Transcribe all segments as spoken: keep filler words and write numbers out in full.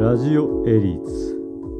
ラジオエリーツ、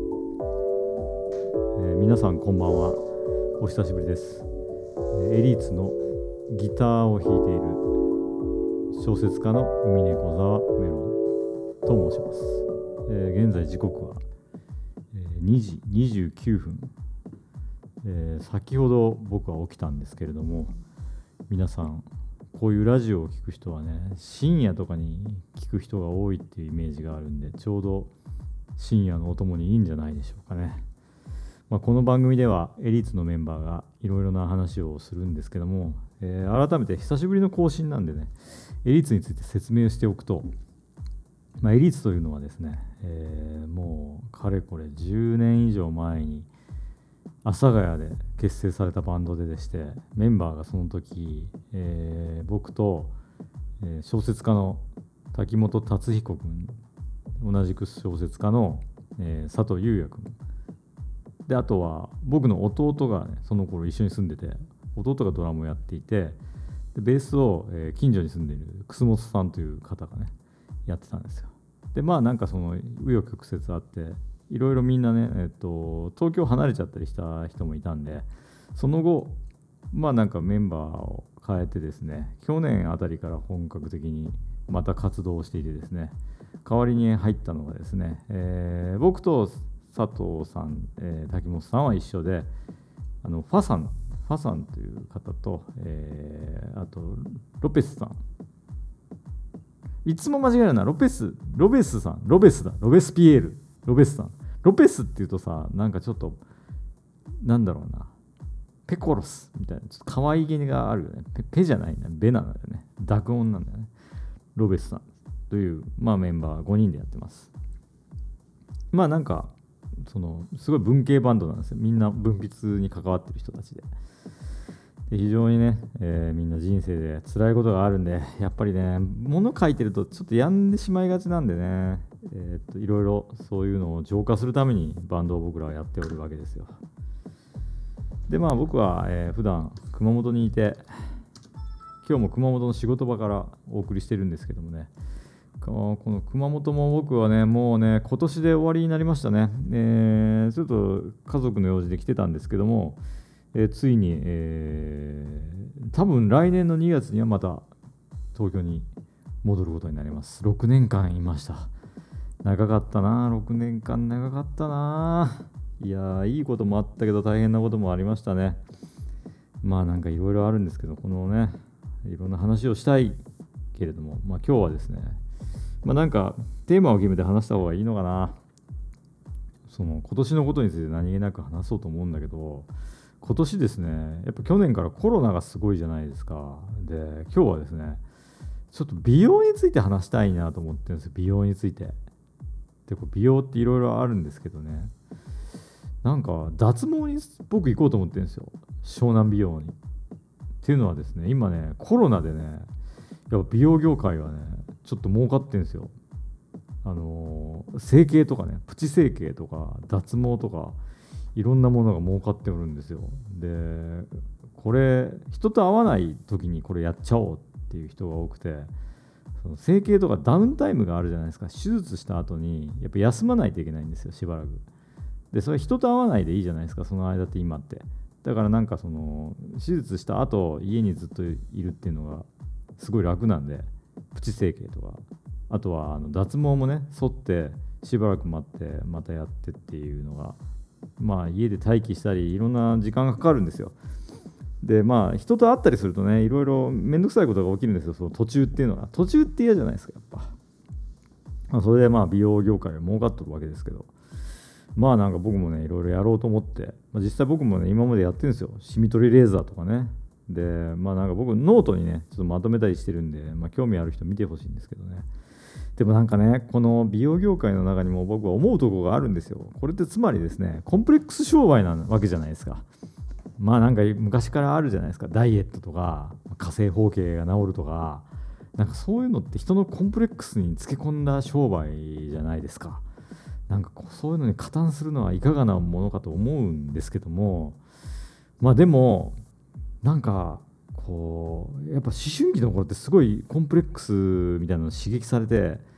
えー、皆さんこんばんは。お久しぶりです。エリーツのギターを弾いている小説家の海猫沢メロンと申します。えー、現在時刻は、えー、にじにじゅうきゅうふん、えー、先ほど僕は起きたんですけれども、皆さんこういうラジオを聞く人はね、深夜とかに聞く人が多いっていうイメージがあるんで、ちょうど深夜のお供にいいんじゃないでしょうかね。まあ、この番組ではエリーツのメンバーがいろいろな話をするんですけども、えー、改めて久しぶりの更新なんでね、エリーツについて説明しておくと、まあ、エリーツというのはですね、えー、もうかれこれじゅうねん以上前に阿佐ヶ谷で結成されたバンドででして、メンバーがその時、えー、僕と、えー、小説家の滝本達彦君、同じく小説家の、えー、佐藤優也君で、あとは僕の弟が、ね、その頃一緒に住んでて、弟がドラムをやっていて、でベースを、えー、近所に住んでいる楠本さんという方がねやってたんですよ。でまあなんかその紆余曲折あって、いろいろみんなね、えっと、東京離れちゃったりした人もいたんで、その後まあなんかメンバーを変えてですね、去年あたりから本格的にまた活動をしていてですね、代わりに入ったのがですね、えー、僕と佐藤さん、えー、滝本さんは一緒で、あのファさんファさんという方と、えー、あとロペスさん、いつも間違えるな、ロペスロベスさんロベスだロベスピエールロベスさん、ロペスっていうとさ、なんかちょっとなんだろうな、ペコロスみたいな、ちょっと可愛げがあるよね。ペ, ペじゃないな、ベなんだよね。濁音なんだよね。ロベスさんという、まあ、メンバーごにんでやってます。まあなんかそのすごい文系バンドなんですよ。みんな文筆に関わってる人たちで。で非常にね、えー、みんな人生で辛いことがあるんで、やっぱりね、物書いてるとちょっと病んでしまいがちなんでね、えー、っといろいろそういうのを浄化するためにバンドを僕らはやっておるわけですよ。でまあ僕は、えー、普段熊本にいて、今日も熊本の仕事場からお送りしてるんですけどもね、この熊本も僕はね、もうね、今年で終わりになりましたね。えー、ちょっと家族の用事で来てたんですけども、えー、ついに、えー、多分来年のにがつにはまた東京に戻ることになります。ろくねんかんいました。長かったな、ろくねんかん長かったな。いやー、いいこともあったけど大変なこともありましたね。まあなんかいろいろあるんですけど、このね、いろんな話をしたいけれども、まあ今日はですね、まあなんかテーマを決めて話した方がいいのかな。その今年のことについて何気なく話そうと思うんだけど、今年ですね、やっぱ去年からコロナがすごいじゃないですか。で、今日はですね、ちょっと美容について話したいなと思ってるんですよ。美容について。で、こう美容っていろいろあるんですけどね、なんか脱毛に僕行こうと思ってるんですよ。湘南美容に。っていうのはですね、今ね、コロナでね、やっぱ美容業界はね、ちょっと儲かってるんですよ。あのー、整形とかね、プチ整形とか脱毛とか、いろんなものが儲かっておるんですよ。で、これ人と会わない時にこれやっちゃおうっていう人が多くて、その整形とかダウンタイムがあるじゃないですか。手術した後にやっぱ休まないといけないんですよ、しばらく。で、それ人と会わないでいいじゃないですか、その間って今って。だからなんかその手術した後家にずっといるっていうのがすごい楽なんで、プチ整形とか、あとはあの脱毛もね、剃ってしばらく待ってまたやってっていうのが、まあ家で待機したりいろんな時間がかかるんですよ。でまあ人と会ったりするとね、いろいろめんどくさいことが起きるんですよ、その途中っていうのは。途中って嫌じゃないですか、やっぱ。まあ、それでまあ美容業界で儲かってるわけですけど、まあなんか僕もね、いろいろやろうと思って、まあ、実際僕もね、今までやってるんですよ。シミ取りレーザーとかね。で、まあなんか僕ノートにね、ちょっとまとめたりしてるんで、まあ興味ある人見てほしいんですけどね。でもなんかね、この美容業界の中にも僕は思うところがあるんですよ。これってつまりですね、コンプレックス商売なわけじゃないですか。まあなんか昔からあるじゃないですか。ダイエットとか、火星包茎が治るとか、なんかそういうのって人のコンプレックスにつけ込んだ商売じゃないですか。なんかそういうのに加担するのはいかがなものかと思うんですけども、まあでもなんかこうやっぱ思春期の頃ってすごいコンプレックスみたいなの刺激されて、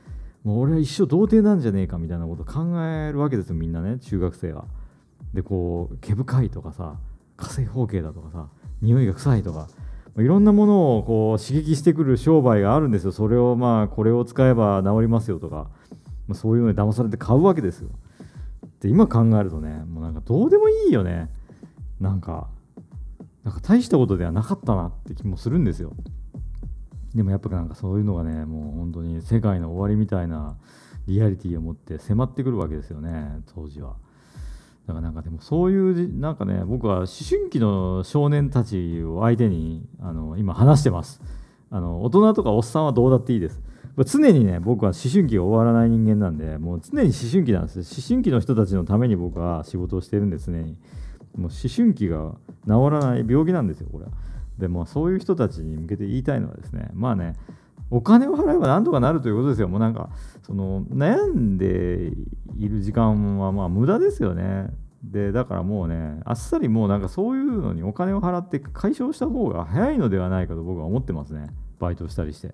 もう俺は一生童貞なんじゃねえかみたいなこと考えるわけですよ、みんなね、中学生は。でこう毛深いとかさ、火星方形だとかさ、匂いが臭いとか、いろんなものをこう刺激してくる商売があるんですよ。それをまあこれを使えば治りますよとか、まあ、そういうのに騙されて買うわけですよ。で今考えるとね、もうなんかどうでもいいよね。なんかなんか大したことではなかったなって気もするんですよ。でもやっぱなんかそういうのがね、もう本当に世界の終わりみたいなリアリティを持って迫ってくるわけですよね、当時は。だからなんかでもそういうなんかね、僕は思春期の少年たちを相手にあの今話してます。あの大人とかおっさんはどうだっていいです。常にね、僕は思春期が終わらない人間なんで、もう常に思春期なんですよ。思春期の人たちのために僕は仕事をしてるんですね。もう思春期が治らない病気なんですよ、これは。でもそういう人たちに向けて言いたいのはですね、まあね、お金を払えばなんとかなるということですよ。もうなんかその悩んでいる時間はまあ無駄ですよね。でだからもうね、あっさりもうなんかそういうのにお金を払って解消した方が早いのではないかと僕は思ってますね。バイトしたりして。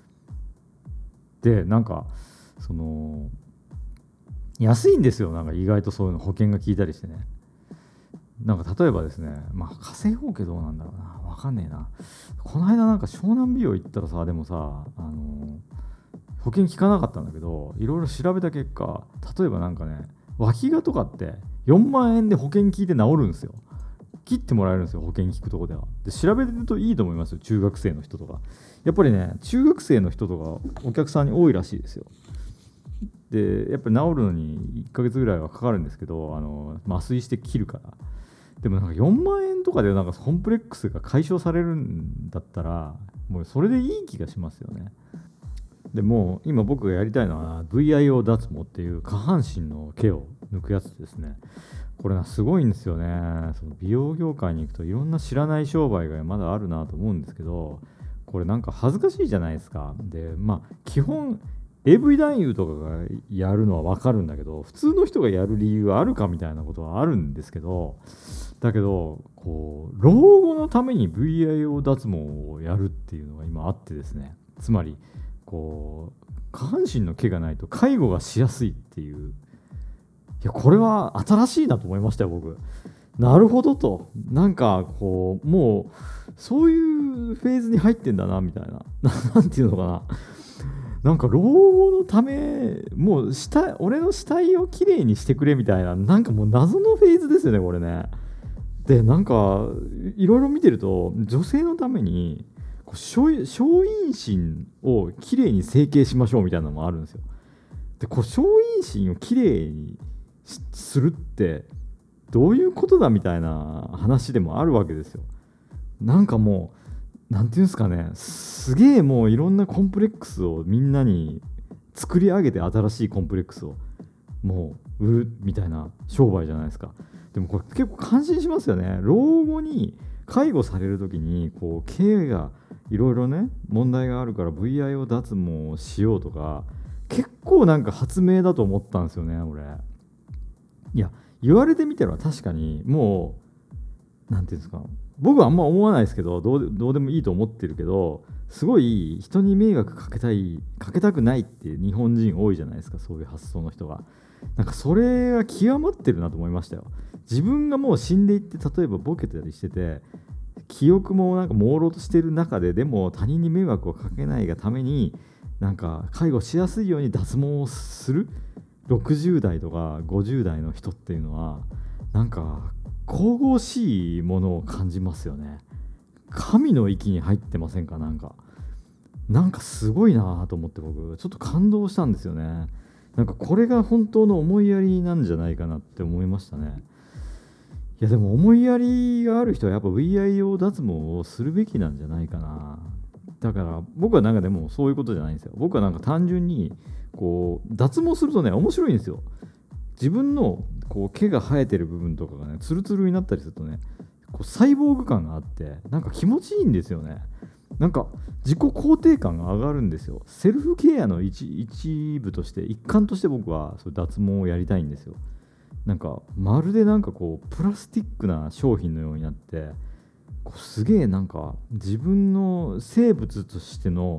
でなんかその安いんですよ。なんか意外とそういうの保険が効いたりしてね。なんか例えばですね、まあ火星方形どうなんだろうな、わかんねえな。この間なんか湘南美容行ったらさ、でもさ、あのー保険効かなかったんだけど、いろいろ調べた結果、例えばなんかね、脇がとかってよんまんえんで保険効いて治るんですよ。切ってもらえるんですよ、保険効くとこでは。で調べてるといいと思いますよ、中学生の人とか。やっぱりね、中学生の人とかお客さんに多いらしいですよ。でやっぱり治るのにいっかげつぐらいはかかるんですけど、あの麻酔して切るから。でもなんかよんまんえんとかでなんかコンプレックスが解消されるんだったら、もうそれでいい気がしますよね。でもう今僕がやりたいのは ブイアイオー 脱毛っていう下半身の毛を抜くやつですね。これなすごいんですよね。その美容業界に行くといろんな知らない商売がまだあるなと思うんですけど、これなんか恥ずかしいじゃないですか。でまあ基本 エーブイ 男優とかがやるのは分かるんだけど、普通の人がやる理由あるかみたいなことはあるんですけど、だけどこう老後のために ブイアイオー 脱毛をやるっていうのが今あってですね、つまりこう下半身の毛がないと介護がしやすいっていう、いやこれは新しいなと思いましたよ僕。なるほどと、なんかこうもうそういうフェーズに入ってんだなみたいななんていうのかな、なんか老後のため、もう下俺の死体をきれいにしてくれみたいな、なんかもう謎のフェーズですよねこれね。でなんかいろいろ見てると、女性のために小陰唇をきれいに整形しましょうみたいなのもあるんですよ。でこう小陰唇をきれいにするってどういうことだみたいな話でもあるわけですよ。なんかもうなんていうんですかね、すげえもういろんなコンプレックスをみんなに作り上げて、新しいコンプレックスをもう売るみたいな商売じゃないですか。でもこれ結構感心しますよね。老後に介護される時にこう毛がいろいろね問題があるから ブイアイオー 脱毛をしようとか、結構なんか発明だと思ったんですよね俺。いや言われてみたら確かにもうなんていうんですか、僕はあんま思わないですけど、どうで、どうでもいいと思ってるけど、すごい人に迷惑かけたいかけたくないって日本人多いじゃないですか、そういう発想の人が。なんかそれが極まってるなと思いましたよ。自分がもう死んでいって、例えばボケたりしてて記憶もなんか朦朧としてる中で、でも他人に迷惑をかけないがためになんか介護しやすいように脱毛をするろくじゅう代とかごじゅう代の人っていうのはなんか神々しいものを感じますよね。神の域に入ってませんか。なんかなんかすごいなと思って、僕ちょっと感動したんですよね。なんかこれが本当の思いやりなんじゃないかなって思いましたね。いやでも思いやりがある人はやっぱ ブイアイオー 脱毛をするべきなんじゃないかな。だから僕はなんかでもそういうことじゃないんですよ。僕はなんか単純にこう脱毛するとね面白いんですよ。自分のこう毛が生えてる部分とかがねツルツルになったりするとね、こうサイボーグ感があってなんか気持ちいいんですよね。なんか自己肯定感が上がるんですよ。セルフケアの 一, 一部として一環として僕はそう脱毛をやりたいんですよ。なんかまるでなんかこうプラスティックな商品のようになって、こうすげえなんか自分の生物としての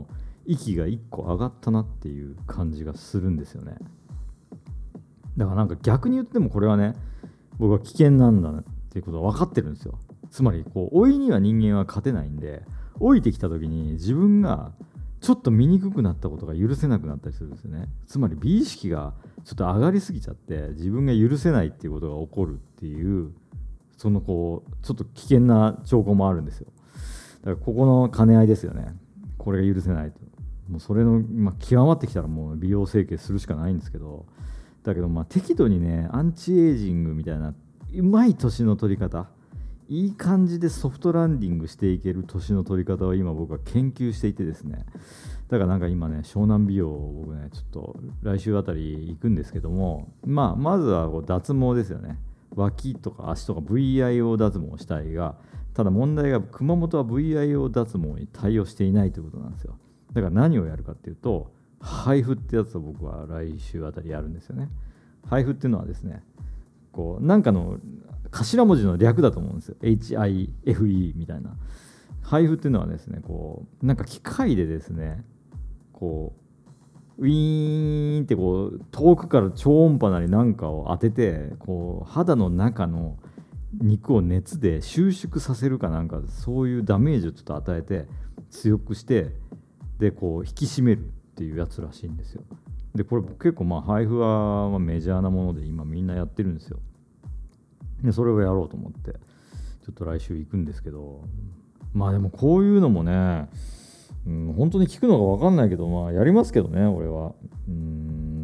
息が一個上がったなっていう感じがするんですよね。だからなんか逆に言ってもこれはね、僕は危険なんだなっていうことは分かってるんですよ。つまりこう老いには人間は勝てないんで、老いてきた時に自分がちょっと醜くなったことが許せなくなったりするんですよね。つまり美意識がちょっと上がりすぎちゃって自分が許せないっていうことが起こるっていう、そのこうちょっと危険な兆候もあるんですよ。だからここの兼ね合いですよね。これが許せないと、もうそれの、まあ、極まってきたらもう美容整形するしかないんですけど、だけどまあ適度にね、アンチエイジングみたいなうまい年の取り方、いい感じでソフトランディングしていける年の取り方を今僕は研究していてですね、だからなんか今ね、湘南美容を僕ねちょっと来週あたり行くんですけども、まあまずはこう脱毛ですよね。脇とか足とか ブイアイオー 脱毛をしたいが、ただ問題が熊本は ブイアイオー 脱毛に対応していないということなんですよ。だから何をやるかっていうと、配布ってやつを僕は来週あたりやるんですよね。配布っていうのはですね、こうなんかの頭文字の略だと思うんですよ。 エイチアイエフイー みたいな。配布っていうのはですね、こうなんか機械でですね、こうウィーンってこう遠くから超音波なりなんかを当てて、こう肌の中の肉を熱で収縮させるかなんか、そういうダメージをちょっと与えて強くして、でこう引き締めるっていうやつらしいんですよ。でこれ結構まあ配布はまあメジャーなもので今みんなやってるんですよ。でそれをやろうと思ってちょっと来週行くんですけど、まあでもこういうのもね、うん、本当に聞くのが分かんないけど、まあやりますけどね、俺は。うん、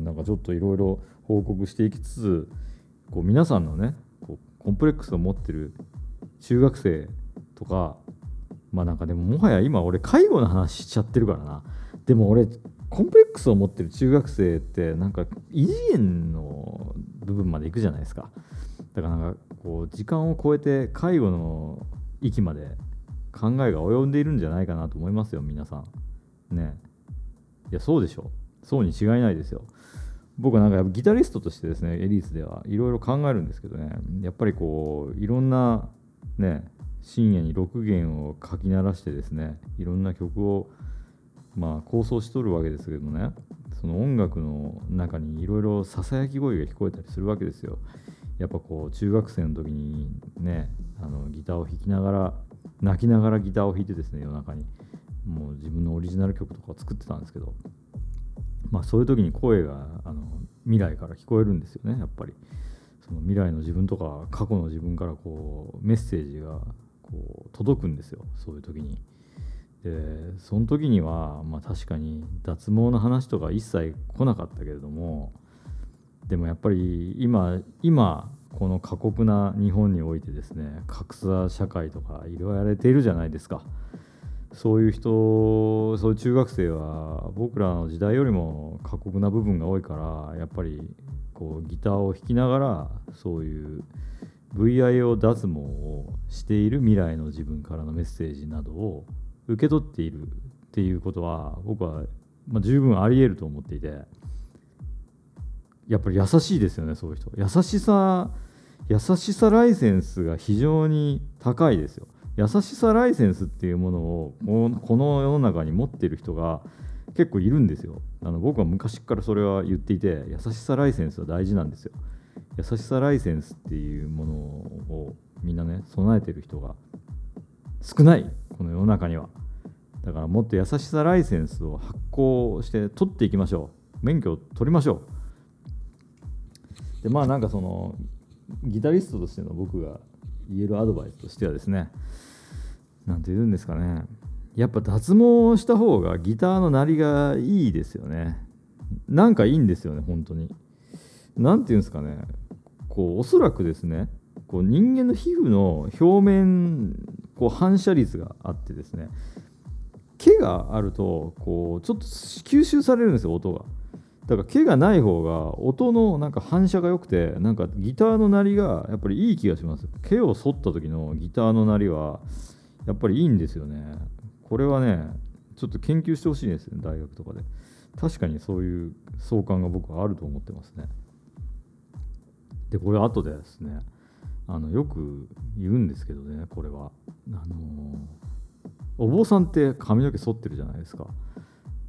なんかちょっといろいろ報告していきつつ、こう皆さんのね、こうコンプレックスを持ってる中学生とか、まあなんかでももはや今俺介護の話しちゃってるからな。でも俺コンプレックスを持ってる中学生ってなんか異次元の部分まで行くじゃないですか。だからなんかこう時間を超えて介護の域まで考えが及んでいるんじゃないかなと思いますよ、皆さんね。いやそうでしょ、そうに違いないですよ。僕はなんかやっぱギタリストとしてですね、エリーツではいろいろ考えるんですけどね、やっぱりこういろんなね、深夜にろくげんをかき鳴らしてですね、いろんな曲をまあ構想しとるわけですけどもね、その音楽の中にいろいろささやき声が聞こえたりするわけですよ。やっぱこう中学生の時にね、あのギターを弾きながら泣きながらギターを弾いてですね、夜中にもう自分のオリジナル曲とかを作ってたんですけど、まあそういう時に声があの未来から聞こえるんですよね。やっぱりその未来の自分とか過去の自分からこうメッセージがこう届くんですよ、そういう時に。でその時にはまあ確かに脱毛の話とか一切来なかったけれども、でもやっぱり今今この過酷な日本においてですね、格差社会とかいろいろやられているじゃないですか。そういう人、そういう中学生は僕らの時代よりも過酷な部分が多いから、やっぱりこうギターを弾きながらそういう ブイアイオー 脱毛をしている未来の自分からのメッセージなどを受け取っているっていうことは僕はまあ十分あり得ると思っていて、やっぱり優しいですよね、そういう人。優しさ優しさライセンスが非常に高いですよ。優しさライセンスっていうものをこの世の中に持っている人が結構いるんですよ。あの僕は昔からそれは言っていて、優しさライセンスは大事なんですよ。優しさライセンスっていうものをみんなね備えてる人が少ない、この世の中には。だからもっと優しさライセンスを発行して取っていきましょう。免許を取りましょう。でまあなんかそのギタリストとしての僕が言えるアドバイスとしてはですね、なんて言うんですかね、やっぱ脱毛した方がギターの鳴りがいいですよね。なんかいいんですよね、本当に。なんて言うんですかね、こうおそらくですね、こう人間の皮膚の表面こう反射率があってですね、毛があるとこうちょっと吸収されるんですよ、音が。だから毛がない方が音のなんか反射が良くて、なんかギターの鳴りがやっぱりいい気がします。毛を剃った時のギターの鳴りはやっぱりいいんですよね。これはねちょっと研究してほしいですね、大学とかで。確かにそういう相関が僕はあると思ってますね。でこれ後でですね、あのよく言うんですけどね、これはあのー、お坊さんって髪の毛剃ってるじゃないですか。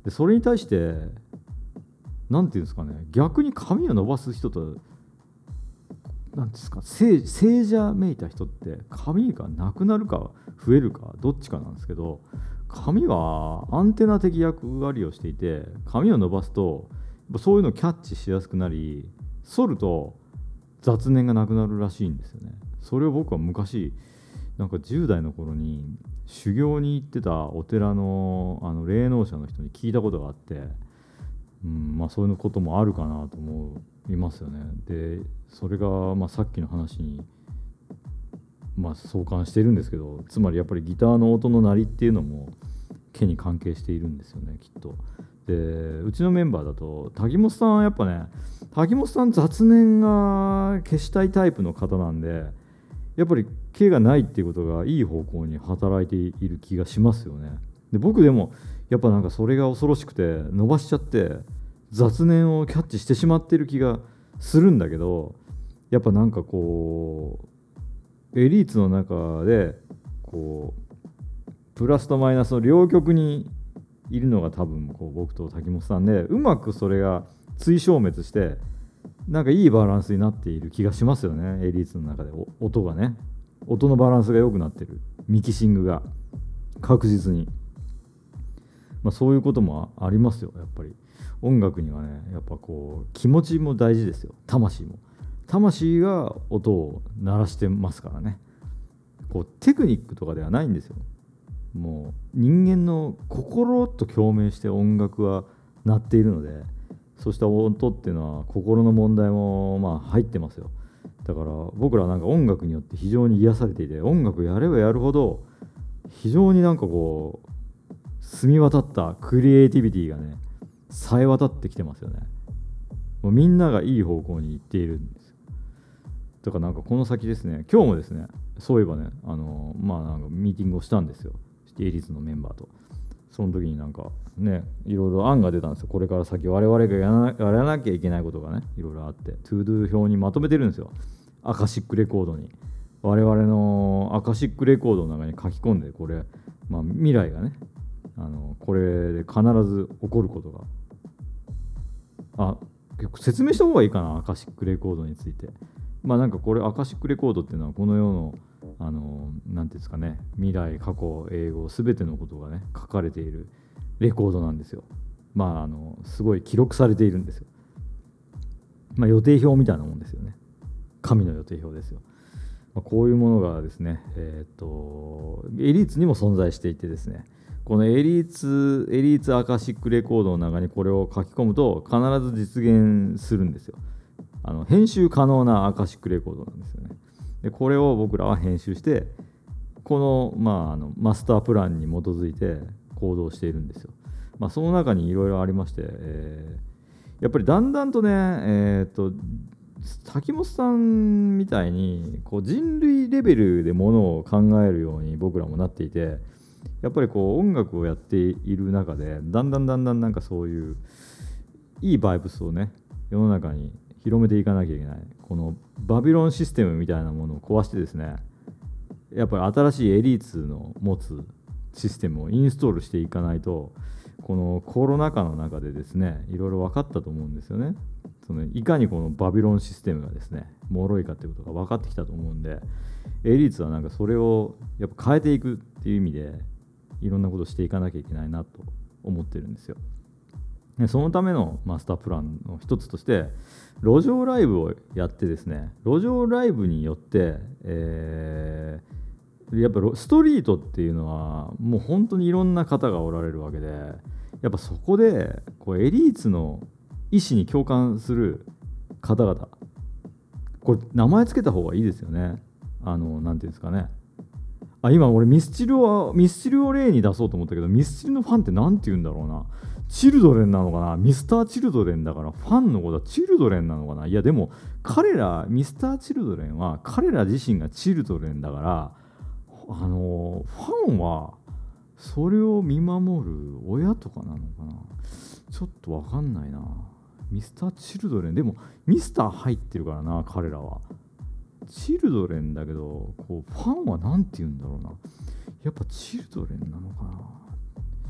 でそれに対してなんていうんですかね、逆に髪を伸ばす人となんですか、聖聖者めいた人って髪がなくなるか増えるかどっちかなんですけど、髪はアンテナ的役割をしていて、髪を伸ばすとそういうのをキャッチしやすくなり、剃ると雑念がなくなるらしいんですよね。それを僕は昔なんかじゅう代の頃に修行に行ってたお寺のあの霊能者の人に聞いたことがあって、うん、まあそういうこともあるかなと思いますよね。でそれがまあさっきの話にまあ相関しているんですけど、つまりやっぱりギターの音の鳴りっていうのも毛に関係しているんですよね、きっと。でうちのメンバーだと滝本さんはやっぱね、滝本さん雑念が消したいタイプの方なんで、やっぱり毛がないっていうことがいい方向に働いている気がしますよね。で僕でもやっぱなんかそれが恐ろしくて伸ばしちゃって雑念をキャッチしてしまってる気がするんだけど、やっぱなんかこうエリートの中でこうプラスとマイナスの両極にいるのが多分こう僕と滝本さんで、うまくそれが追消滅してなんかいいバランスになっている気がしますよね。エリートの中で音がね、音のバランスが良くなってる、ミキシングが確実に、まあ、そういうこともありますよ。やっぱり音楽にはね、やっぱこう気持ちも大事ですよ。魂も魂が音を鳴らしてますからね。こうテクニックとかではないんですよ。もう人間の心と共鳴して音楽は鳴っているので、そうした音っていうのは心の問題もまあ入ってますよ。だから僕らなんか音楽によって非常に癒されていて、音楽やればやるほど非常になんかこう澄み渡ったクリエイティビティがね冴え渡ってきてますよね。もうみんながいい方向に行っているんですよ。だからなんかこの先ですね、今日もですね、そういえばね、あのまあなんかミーティングをしたんですよ、エリーズのメンバーと。その時になんかね、いろいろ案が出たんですよ。これから先我々がやらな、やらなきゃいけないことがね、いろいろあって、トゥードゥ表にまとめてるんですよ。アカシックレコードに。我々のアカシックレコードの中に書き込んで、これ、まあ、未来がね、あのこれで必ず起こることが。あ、結構説明した方がいいかな、アカシックレコードについて。まあなんかこれ、アカシックレコードっていうのは、この世のあのなんていうんですかね、未来過去英語すべてのことがね書かれているレコードなんですよ。まああのすごい記録されているんですよ。まあ予定表みたいなもんですよね。神の予定表ですよ。まあ、こういうものがですね、えっとエリーツにも存在していてですね、このエリーツエリーツアカシックレコードの中にこれを書き込むと必ず実現するんですよ。あの編集可能なアカシックレコードなんですよね。でこれを僕らは編集して、この、まあ、あのマスタープランに基づいて行動しているんですよ。まあ、その中にいろいろありまして、えー、やっぱりだんだんとね、えー、と滝本さんみたいにこう人類レベルでものを考えるように僕らもなっていて、やっぱりこう音楽をやっている中でだんだんだんだんなんかそういういいバイブスをね世の中に広めていかなきゃいけない。このバビロンシステムみたいなものを壊してですね、やっぱり新しいエリーツの持つシステムをインストールしていかないと、このコロナ禍の中でですね、いろいろ分かったと思うんですよね。そのいかにこのバビロンシステムがですね、脆いかということが分かってきたと思うんで、エリーツはなんかそれをやっぱ変えていくっていう意味で、いろんなことをしていかなきゃいけないなと思ってるんですよ。でそのためのマスタープランの一つとして、路上ライブをやってですね、路上ライブによって、えー、やっぱストリートっていうのはもう本当にいろんな方がおられるわけで、やっぱそこでこうエリーツの意思に共感する方々、これ名前つけた方がいいですよね。あのなんていうんですかね。あ、今俺ミスチルをミスチルを例に出そうと思ったけど、ミスチルのファンってなんて言うんだろうな。チルドレンなのかな。ミスターチルドレンだからファンのことはチルドレンなのかな。いやでも彼らミスターチルドレンは彼ら自身がチルドレンだから、あのファンはそれを見守る親とかなのかな。ちょっと分かんないな。ミスターチルドレンでもミスター入ってるからな、彼らは。チルドレンだけどこうファンはなんて言うんだろうな。やっぱチルドレンなのかな。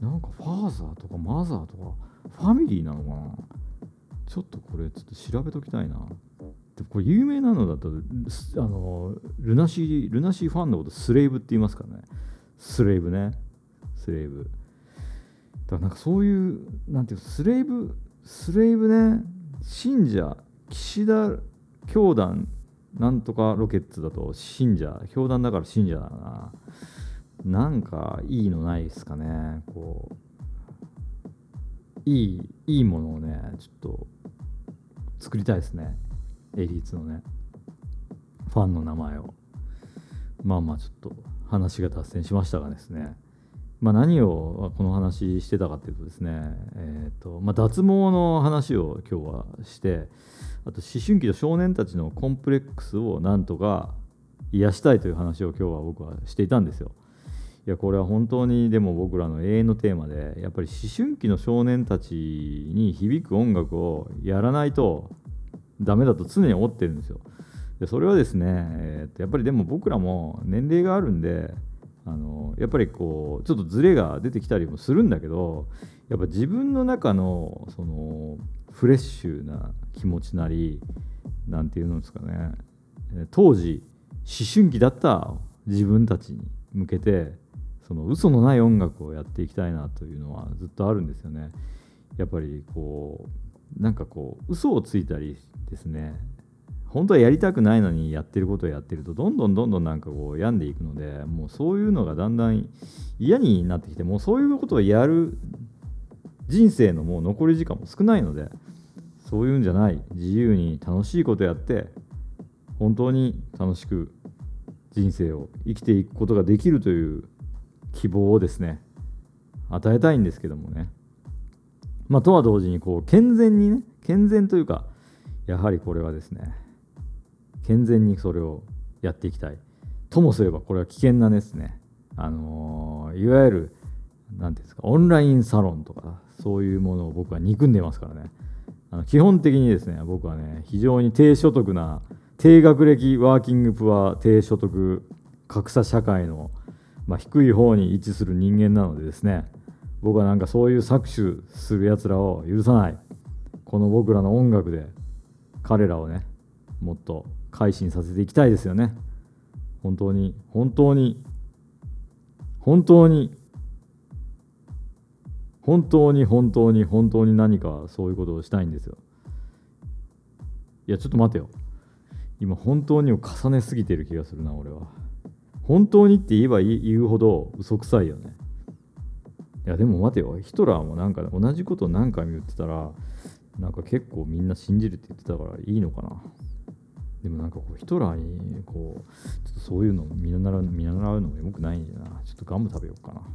なんかファーザーとかマザーとかファミリーなのかな。ちょっとこれちょっと調べときたいな。でこれ有名なのだとあのルナシールナシーファンのことスレイブって言いますからね。スレイブね、スレイブ。だからなんかそういうなんていうスレイブスレイブね、信者岸田教団なんとかロケッツだと信者、教団だから信者だな。なんかいいのないですかね。こういいいいものをねちょっと作りたいですね。エリーツのねファンの名前を。まあまあちょっと話が脱線しましたがですね。まあ何をこの話してたかというとですね、えーとまあ、脱毛の話を今日はして、あと思春期の少年たちのコンプレックスをなんとか癒したいという話を今日は僕はしていたんですよ。いやこれは本当にでも僕らの永遠のテーマで、やっぱり思春期の少年たちに響く音楽をやらないとダメだと常に思ってるんですよ。でそれはですね、えー、とやっぱりでも僕らも年齢があるんで、あのやっぱりこうちょっとズレが出てきたりもするんだけど、やっぱ自分の中のそのフレッシュな気持ちなりなんていうんですかね、当時思春期だった自分たちに向けてその嘘のない音楽をやっていきたいなというのはずっとあるんですよね。やっぱりこうなんかこう嘘をついたりですね、本当はやりたくないのにやってることをやってるとどんどんどんどんなんかこう病んでいくので、もうそういうのがだんだん嫌になってきて、もうそういうことをやる人生のもう残り時間も少ないので、そういうんじゃない自由に楽しいことやって本当に楽しく人生を生きていくことができるという希望をですね与えたいんですけどもね。まあとは同時にこう健全にね、健全というかやはりこれはですね健全にそれをやっていきたいともすれば、これは危険なですね、あのー、いわゆるなんていうんですか、オンラインサロンとかそういうものを僕は憎んでますからね。あの基本的にですね僕はね非常に低所得な低学歴ワーキングプア低所得格差社会の、まあ、低い方に位置する人間なのでですね、僕はなんかそういう搾取するやつらを許さない。この僕らの音楽で彼らをねもっと改心させていきたいですよね。本当に本当に本当に本当に本当に本当に何かそういうことをしたいんですよ。いやちょっと待てよ、今本当にを重ねすぎてる気がするな俺は。本当にって言えば言うほど嘘くさいよね。いやでも待てよ、ヒトラーもなんか同じことを何回も言ってたらなんか結構みんな信じるって言ってたからいいのかな。でもなんかこうヒトラーにこうちょっとそういうのを見習う見習うのもよくないんだな。ちょっとガム食べようかな。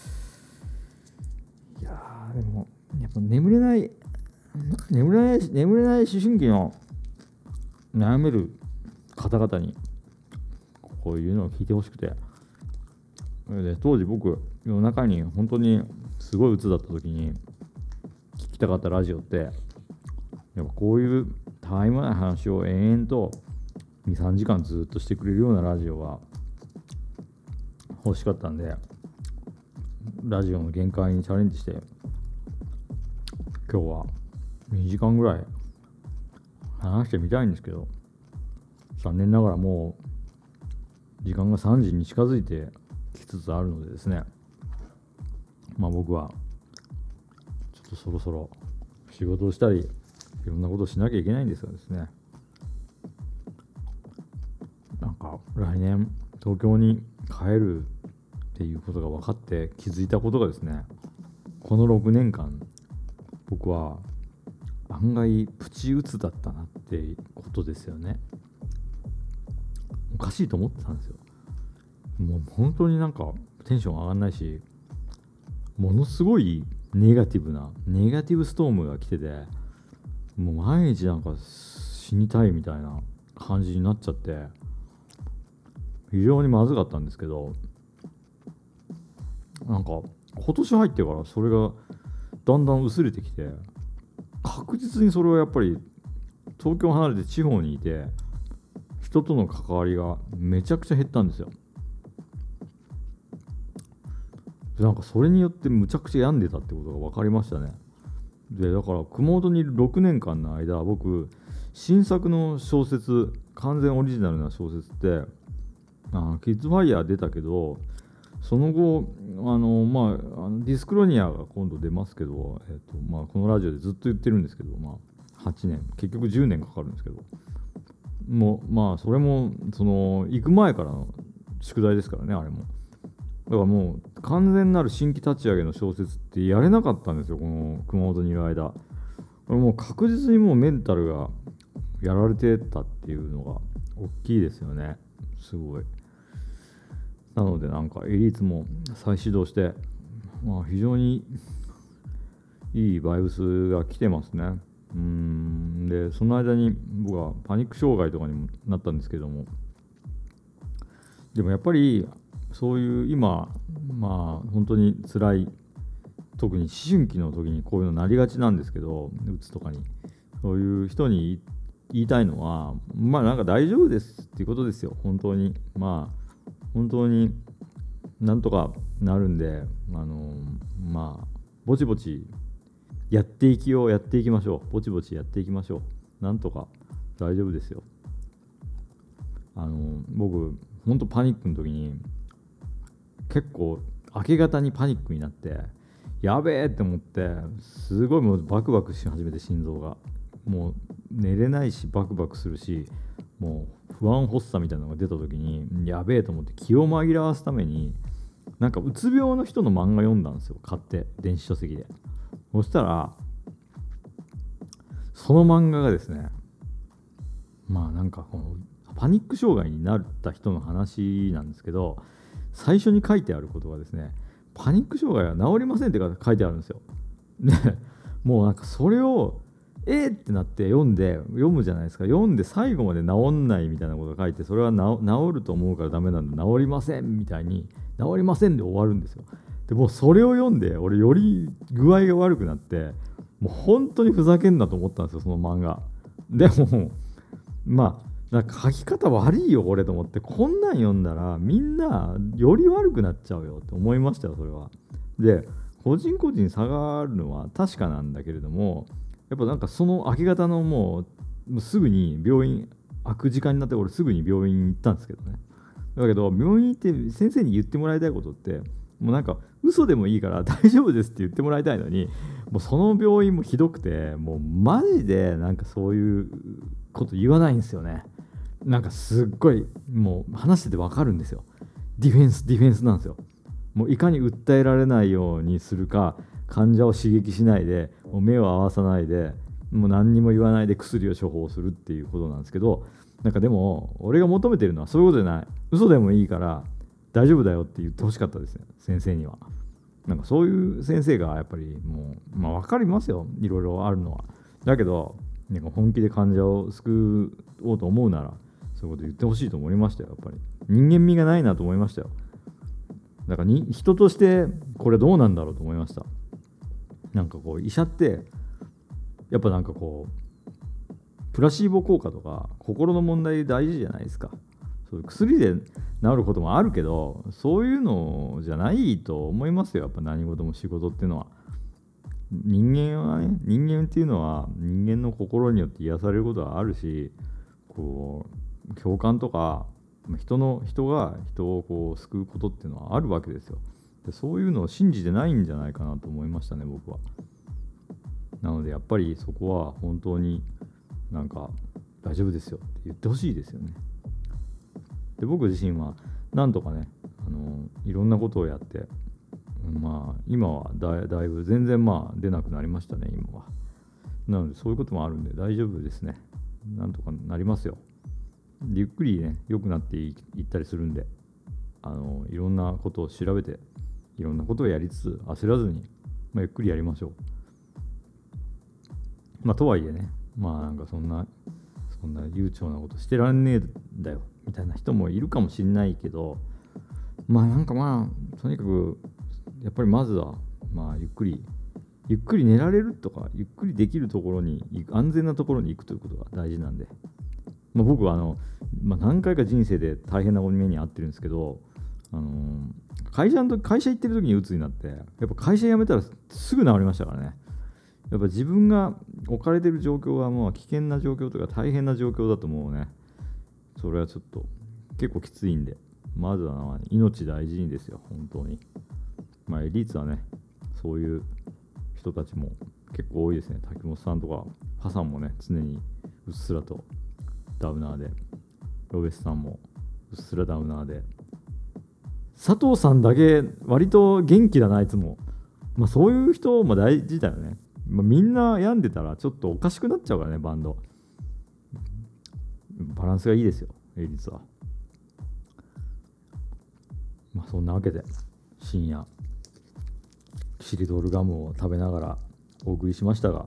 いやーでもやっぱ眠れない眠れない眠れない思春期の悩める方々にこういうのを聞いてほしくて、で当時僕夜中に本当にすごい鬱だった時に聞きたかったラジオってやっぱこういうたわいもない話を延々とにさんじかんずっとしてくれるようなラジオが欲しかったんで、ラジオの限界にチャレンジして今日はにじかんぐらい話してみたいんですけど、残念ながらもう時間がさんじに近づいてきつつあるのでですね、まあ僕はちょっとそろそろ仕事をしたりいろんなことをしなきゃいけないんですがですね、なんか来年東京に帰るっていうことが分かって気づいたことがですね、このろくねんかん僕は案外プチ鬱だったなってことですよね。おかしいと思ってたんですよ。もう本当になんかテンション上がんないし、ものすごいネガティブなネガティブストームが来てて、もう毎日なんか死にたいみたいな感じになっちゃって非常にまずかったんですけど、なんか今年入ってからそれがだんだん薄れてきて、確実にそれはやっぱり東京離れて地方にいて人との関わりがめちゃくちゃ減ったんですよ。 なんかそれによってむちゃくちゃ病んでたってことが分かりましたね。でだから熊本にいるろくねんかんの間、僕新作の小説、完全オリジナルな小説ってあキッズファイヤー出たけど、その後あの、まあ、あのディスクロニアが今度出ますけど、えっとまあ、このラジオでずっと言ってるんですけど、まあ、はちねん結局じゅうねんかかるんですけど、もうまあそれもその行く前からの宿題ですからね、あれも。だからもう完全なる新規立ち上げの小説ってやれなかったんですよ、この熊本にいる間。これもう確実にもうメンタルがやられてたっていうのが大きいですよね、すごい。なのでなんかエリーツも再始動して、まあ、非常にいいバイブスが来てますね。うーんでその間に僕はパニック障害とかにもなったんですけども、でもやっぱりそういう今まあ本当に辛い、特に思春期の時にこういうのなりがちなんですけど、うつとかにそういう人に言いたいのは、まあなんか大丈夫ですっていうことですよ。本当にまあ本当になんとかなるんで、あのまあぼちぼちやっていきをやっていきましょう。ぼちぼちやっていきましょう。なんとか大丈夫ですよ。あの僕本当パニックの時に結構明け方にパニックになって、やべえって思って、すごいもうバクバクし始めて、心臓がもう寝れないしバクバクするし、もう不安発作みたいなのが出た時にやべえと思って気を紛らわすためになんかうつ病の人の漫画読んだんですよ、買って電子書籍で。そしたらその漫画がですね、まあなんかこのパニック障害になった人の話なんですけど、最初に書いてあることがですね、パニック障害は治りませんって書いてあるんですよ。でもうなんかそれをえーってなって読んで読むじゃないですか。読んで最後まで治んないみたいなことが書いて、それは治ると思うからダメなんで治りませんみたいに、治りませんで終わるんですよ。でもうそれを読んで俺より具合が悪くなって、もう本当にふざけんなと思ったんですよ、その漫画。でもまあなんか書き方悪いよこれと思って、こんなん読んだらみんなより悪くなっちゃうよって思いましたよ、それは。で個人個人差があるのは確かなんだけれども、やっぱなんかその明け方のもう、もうすぐに病院、開く時間になって俺すぐに病院に行ったんですけどね。だけど病院行って先生に言ってもらいたいことって、もうなんか嘘でもいいから大丈夫ですって言ってもらいたいのに、もうその病院もひどくて、もうマジでなんかそういうこと言わないんですよね。なんかすっごいもう話してて分かるんですよ。ディフェンスディフェンスなんですよ。もういかに訴えられないようにするか、患者を刺激しないで、もう目を合わさないで、もう何にも言わないで薬を処方するっていうことなんですけど、なんかでも俺が求めてるのはそういうことじゃない。嘘でもいいから大丈夫だよって言ってほしかったですね、先生には。なんかそういう先生がやっぱりもう、まあ分かりますよ、いろいろあるのは。だけどなんか本気で患者を救おうと思うならそういうこと言ってほしいと思いましたよ。やっぱり人間味がないなと思いましたよ。だからに人としてこれどうなんだろうと思いました。なんかこう医者ってやっぱなんかこうプラシーボ効果とか心の問題大事じゃないですか。そういう薬で治ることもあるけど、そういうのじゃないと思いますよ。やっぱ何事も仕事っていうのは、人間はね、人間っていうのは人間の心によって癒されることはあるし、こう共感とか人の人が人をこう救うことっていうのはあるわけですよ。でそういうのを信じてないんじゃないかなと思いましたね、僕は。なのでやっぱりそこは本当になんか大丈夫ですよって言ってほしいですよね。で僕自身はなんとかね、あのいろんなことをやって、まあ今はだい、だいぶ全然まあ出なくなりましたね、今は。なのでそういうこともあるんで大丈夫ですね。なんとかなりますよ。ゆっくりね良くなっていったりするんで、あのいろんなことを調べていろんなことをやりつつ焦らずに、まあ、ゆっくりやりましょう。まあとはいえね、まあなんかそんなそんな悠長なことしてらんねえんだよみたいな人もいるかもしれないけど、まあなんかまあとにかくやっぱりまずはまあゆっくりゆっくり寝られるとかゆっくりできるところに行く、安全なところに行くということが大事なんで、まあ、僕はあの、まあ、何回か人生で大変な目に遭ってるんですけど、あの会社の会社行ってる時に鬱になって、やっぱ会社辞めたらすぐ治りましたからね。やっぱ自分が置かれてる状況はもう危険な状況とか大変な状況だと思うね。それはちょっと結構きついんで、まずは命大事にですよ、本当に。まあエリートはね、そういう人たちも結構多いですね。滝本さんとかハさんもね、常にうっすらとダウナーで、ロベスさんもうっすらダウナーで、佐藤さんだけ割と元気だな、いつも。まあそういう人も大事だよね。まあ、みんな病んでたらちょっとおかしくなっちゃうからね、バンド。バランスがいいですよ、エリートは。まあそんなわけで、深夜、キシリトールガムを食べながらお送りしましたが、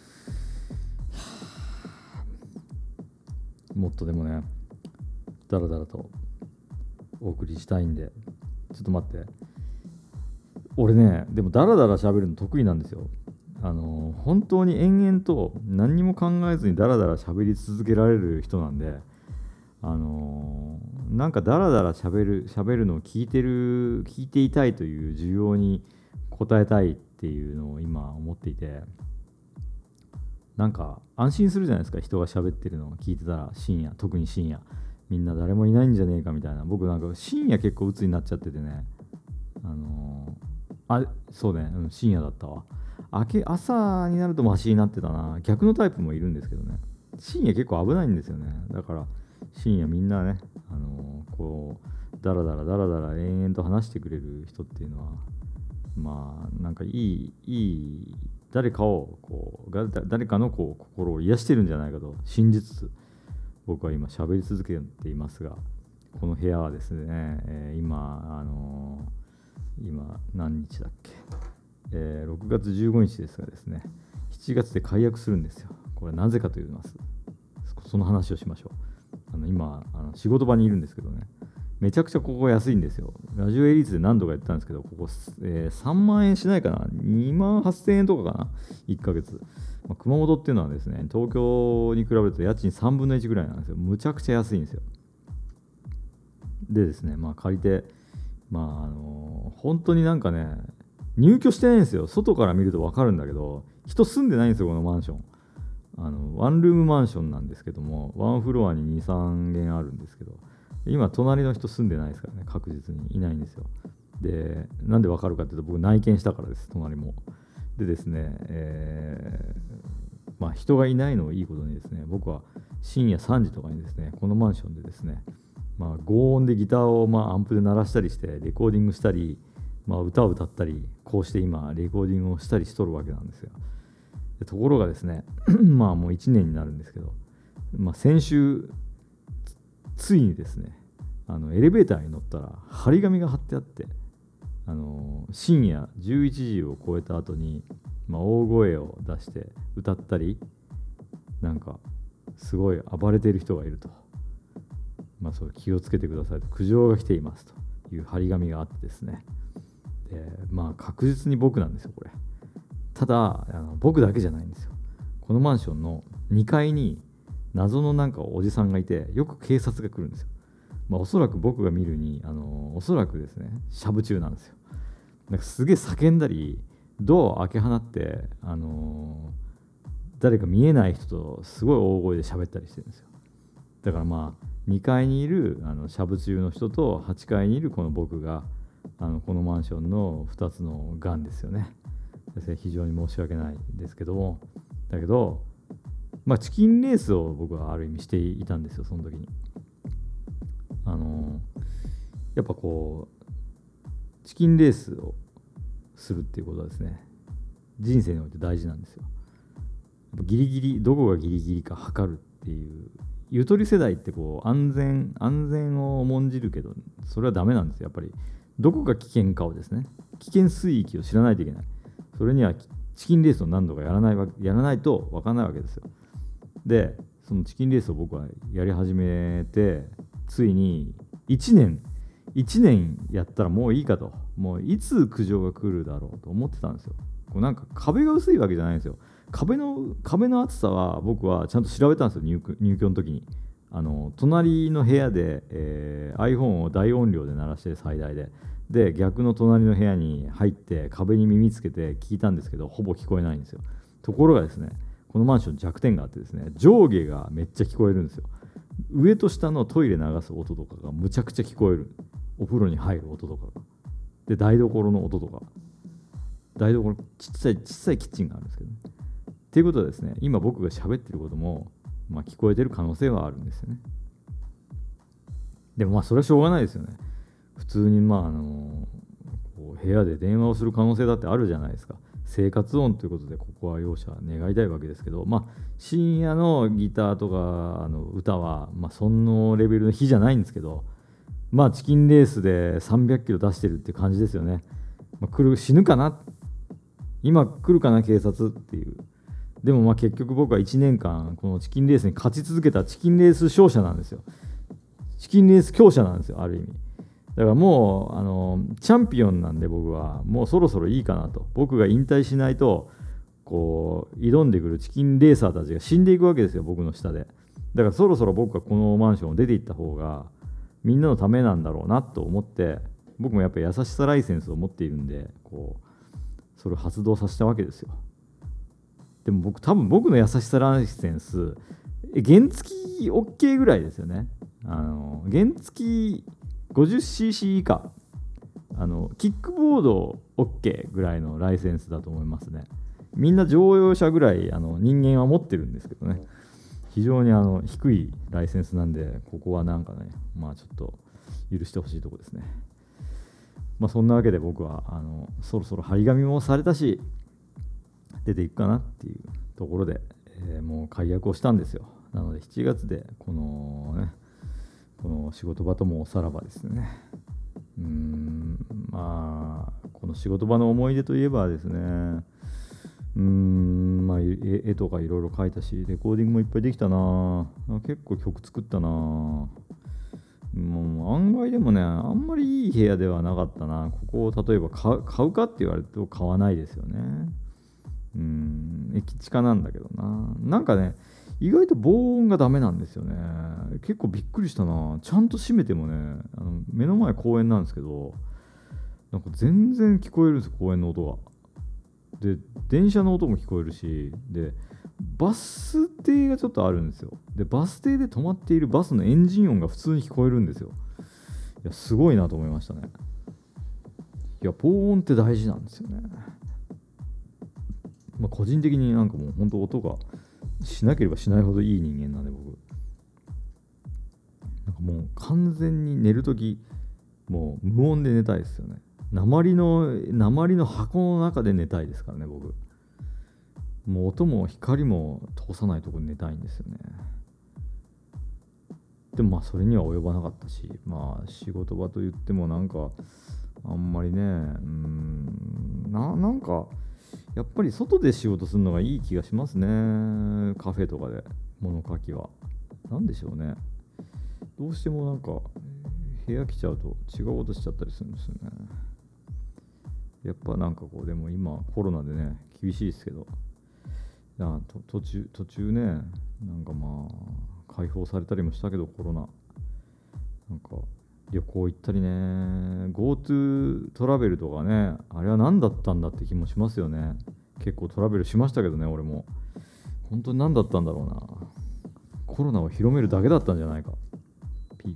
もっとでもね、だらだらとお送りしたいんで、ちょっと待って。俺ね、でもだらだら喋るの得意なんですよ。あの本当に延々と何にも考えずにダラダラ喋り続けられる人なんで、あのなんかダラダラ喋る喋るのを聞いてる聞いていたいという需要に応えたいっていうのを今思っていて、なんか安心するじゃないですか、人が喋ってるのを聞いてたら。深夜、特に深夜、みんな誰もいないんじゃねえかみたいな。僕なんか深夜結構鬱になっちゃっててね、あのー、あそうね、うん、深夜だったわ。明け朝になるとマシになってたな。逆のタイプもいるんですけどね。深夜結構危ないんですよね。だから深夜みんなね、あのー、こうダラダラダラダラ延々と話してくれる人っていうのは、まあなんかいいいい誰かをこう誰かのこう心を癒してるんじゃないかと信じつつ、僕は今喋り続けていますが、この部屋はですね、えー、今あのー、今何日だっけ、えー、ろくがつじゅうごにちですがですね、しちがつで解約するんですよ。これはなぜかと言います。その話をしましょう。あの今あの仕事場にいるんですけどね、めちゃくちゃここ安いんですよ。ラジオエリートで何度か言ったんですけど、ここ、えー、さんまんえんしないかな、にまんはっせんえんとかかな、いっかげつ。まあ、熊本っていうのはですね、東京に比べると家賃さんぶんのいちぐらいなんですよ。むちゃくちゃ安いんですよ。でですね、まあ借りて、まああのー、本当になんかね、入居してないんですよ。外から見ると分かるんだけど、人住んでないんですよ、このマンション。あのワンルームマンションなんですけども、ワンフロアにに、さんげんあるんですけど、今隣の人住んでないですからね、確実にいないんですよ。で、なんで分かるかっていうと、僕内見したからです、隣も。でですね、えー、まあ人がいないのをいいことにですね、僕は深夜さんじとかにですね、このマンションでですね、まあ轟音でギターをまあアンプで鳴らしたりしてレコーディングしたり、まあ、歌を歌ったり、こうして今レコーディングをしたりしとるわけなんですよ。でところがですねまあもういちねんになるんですけど、まあ、先週ついにですね、あのエレベーターに乗ったら張り紙が貼ってあって、あの深夜じゅういちじを超えた後に、まあ、大声を出して歌ったり、なんかすごい暴れている人がいると、まあ、そう気をつけてくださいと、苦情が来ていますという張り紙があってですね、でまあ確実に僕なんですよこれ。ただあの僕だけじゃないんですよ。このマンションのにかいに謎のなんかおじさんがいて、よく警察が来るんですよ。まあ、おそらく僕が見るに、あのおそらくですね、しゃぶ中なんですよ。なんかすげえ叫んだり、ドアを開け放って、あのー、誰か見えない人とすごい大声で喋ったりしてるんですよ。だからまあにかいにいるあのしゃぶ中の人とはちかいにいるこの僕が、あのこのマンションのふたつのがんですよね。非常に申し訳ないですけども、だけど、まあ、チキンレースを僕はある意味していたんですよ、その時に。あのやっぱこうチキンレースをするっていうことはですね、人生において大事なんですよ。やっぱギリギリ、どこがギリギリか測るっていう、ゆとり世代ってこう安全安全を重んじるけど、それはダメなんですよ。やっぱりどこが危険かをですね、危険水域を知らないといけない。それにはチキンレースを何度かやらないわやらないと分からないわけですよ。で、そのチキンレースを僕はやり始めて、ついにいちねんいちねんやったらもういいかと、もういつ苦情が来るだろうと思ってたんですよ。こうなんか壁が薄いわけじゃないんですよ。壁の壁の厚さは僕はちゃんと調べたんですよ、入入居の時に。あの隣の部屋で、えー、iPhone を大音量で鳴らして最大でで逆の隣の部屋に入って壁に耳つけて聞いたんですけど、ほぼ聞こえないんですよ。ところがですね、このマンション弱点があってですね、上下がめっちゃ聞こえるんですよ。上と下のトイレ流す音とかがむちゃくちゃ聞こえる。お風呂に入る音とかが。で、台所の音とか。台所、ちっちゃい、ちっちゃいキッチンがあるんですけどね。っていうことはですね、今僕が喋ってることも、まあ、聞こえてる可能性はあるんですよね。でもまあそれはしょうがないですよね。普通にまああのこう部屋で電話をする可能性だってあるじゃないですか。生活音ということでここは容赦願いたいわけですけど、まあ深夜のギターとかあの歌はまあそのレベルの日じゃないんですけど、まあチキンレースでさんびゃっキロ出してるって感じですよね。まあ、来る死ぬかな、今来るかな警察っていう。でもまあ結局僕はいちねんかんこのチキンレースに勝ち続けたチキンレース勝者なんですよ。チキンレース強者なんですよ、ある意味。だからもうあのチャンピオンなんで、僕はもうそろそろいいかなと。僕が引退しないとこう挑んでくるチキンレーサーたちが死んでいくわけですよ、僕の下で。だからそろそろ僕はこのマンションを出ていった方がみんなのためなんだろうなと思って、僕もやっぱり優しさライセンスを持っているんで、こうそれを発動させたわけですよ。でも僕多分僕の優しさライセンス原付 OK ぐらいですよね。あの原付 ごじゅっシーシー 以下、あのキックボード OK ぐらいのライセンスだと思いますね。みんな乗用車ぐらいあの人間は持ってるんですけどね、非常にあの低いライセンスなんで、ここはなんかね、まあちょっと許してほしいとこですね。まあそんなわけで僕はあのそろそろ張り紙もされたし出ていくかなっていうところで、えー、もう解約をしたんですよ。なのでしちがつでこのね、この仕事場ともおさらばですね。うーん、まあこの仕事場の思い出といえばですね、うーん、まあ絵絵とかいろいろ描いたし、レコーディングもいっぱいできたな。結構曲作ったな。もう案外でもね、あんまりいい部屋ではなかったな。ここを例えば買う、買うかって言われると買わないですよね。うーん、駅近なんだけどな。なんかね、意外と防音がダメなんですよね。結構びっくりしたな。ちゃんと閉めてもね、あの目の前公園なんですけど、なんか全然聞こえるんですよ、公園の音が。で、電車の音も聞こえるし、で、バス停がちょっとあるんですよ。で、バス停で止まっているバスのエンジン音が普通に聞こえるんですよ。いや、すごいなと思いましたね。いや、防音って大事なんですよね。まあ、個人的になんかもう本当音がしなければしないほどいい人間なんで、僕なんかもう完全に寝るときもう無音で寝たいですよね。鉛の鉛の箱の中で寝たいですからね、僕。もう音も光も通さないところで寝たいんですよね。でもまあそれには及ばなかったし、まあ仕事場といってもなんかあんまりね、うーんな、なんかやっぱり外で仕事するのがいい気がしますね。カフェとかで物書きは。なんでしょうね。どうしてもなんか部屋来ちゃうと違うことしちゃったりするんですよね。やっぱなんかこう、でも今コロナでね、厳しいですけど、いやと途中、途中ね、なんかまあ、解放されたりもしたけど、コロナ。なんか旅行行ったりね、GoTo トラベルとかね、あれは何だったんだって気もしますよね。結構トラベルしましたけどね、俺も。本当に何だったんだろうな。コロナを広めるだけだったんじゃないか。ピ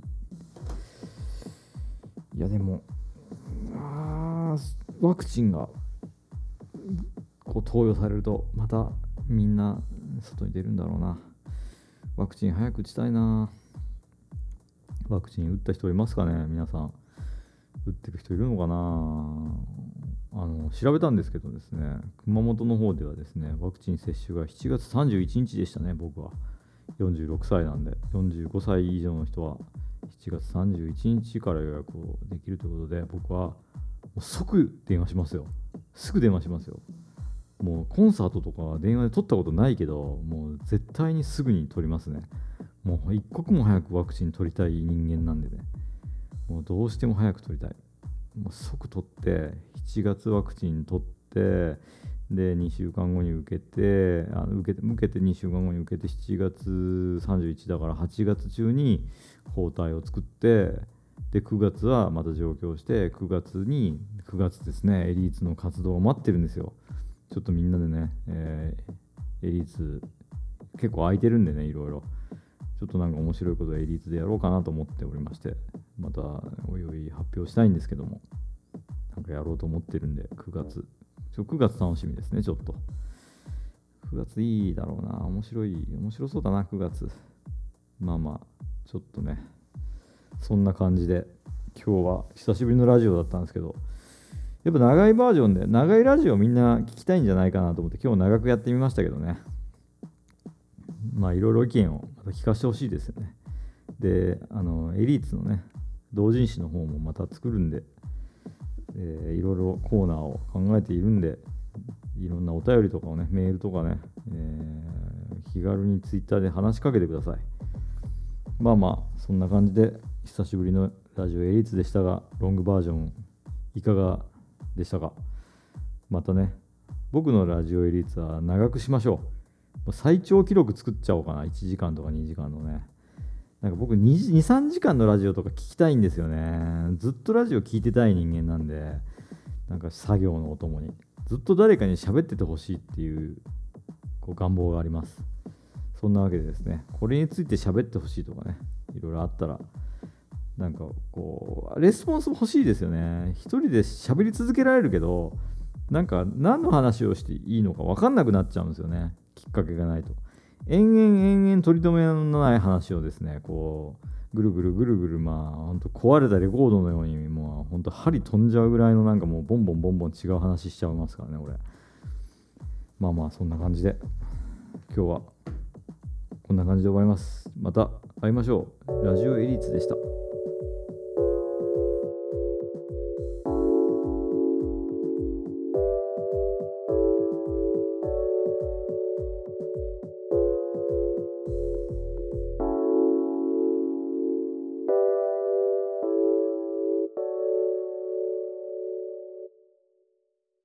いやでも、あワクチンがこう投与されると、またみんな外に出るんだろうな。ワクチン早く打ちたいな。ワクチン打った人いますかね、皆さん。打ってる人いるのかな。あの調べたんですけどですね、熊本の方ではですね、ワクチン接種がしちがつさんじゅういちにちでしたね、僕は。よんじゅうろくさいなんで、よんじゅうごさい以上の人はしちがつさんじゅういちにちから予約をできるということで、僕はもう即電話しますよ。すぐ電話しますよ。もうコンサートとかは電話で取ったことないけど、もう絶対にすぐに取りますね。もう一刻も早くワクチン取りたい人間なんでね、もうどうしても早く取りたい。もう即取って、しちがつワクチン取って、で、にしゅうかんごに受けて、あの受けて、受けてにしゅうかんごに受けて、しちがつさんじゅういちだからはちがつ中に抗体を作って、 でくがつはまた上京して、くがつにくがつですね、エリーツの活動を待ってるんですよ。ちょっとみんなでね、えー、エリーツ結構空いてるんでね、いろいろちょっとなんか面白いことをエリーツでやろうかなと思っておりまして、またおいおい発表したいんですけども、なんかやろうと思ってるんで、くがつちょくがつ楽しみですね。ちょっとくがついいだろうな、面白い面白そうだなくがつ。まあまあちょっとね、そんな感じで今日は久しぶりのラジオだったんですけど、やっぱ長いバージョンで、長いラジオみんな聞きたいんじゃないかなと思って今日長くやってみましたけどね。まあいろいろ意見をまた聞かせてほしいですよね。で、あのエリーツのね同人誌の方もまた作るんで、えー、いろいろコーナーを考えているんで、いろんなお便りとかをね、メールとかね、えー、気軽にツイッターで話しかけてください。まあまあそんな感じで久しぶりのラジオエリーツでしたが、ロングバージョンいかがでしたか。またね、僕のラジオエリーツは長くしましょう。最長記録作っちゃおうかな。いちじかんとかにじかんのね。なんか僕 に、さんじかんのラジオとか聞きたいんですよね。ずっとラジオ聞いてたい人間なんで、なんか作業のお供にずっと誰かに喋っててほしいっていう、こう願望があります。そんなわけでですね、これについて喋ってほしいとかね、いろいろあったら、なんかこうレスポンスも欲しいですよね。一人で喋り続けられるけど、なんか何の話をしていいのか分かんなくなっちゃうんですよね。きっかけがないと。延々延々取り留めのない話をですね、こうぐるぐるぐるぐる、まあ本当壊れたレコードのように、もう本当針飛んじゃうぐらいの、なんかもうボンボンボンボン違う話しちゃいますからね、俺。まあまあそんな感じで今日はこんな感じで終わります。また会いましょう。ラジオエリーツでした。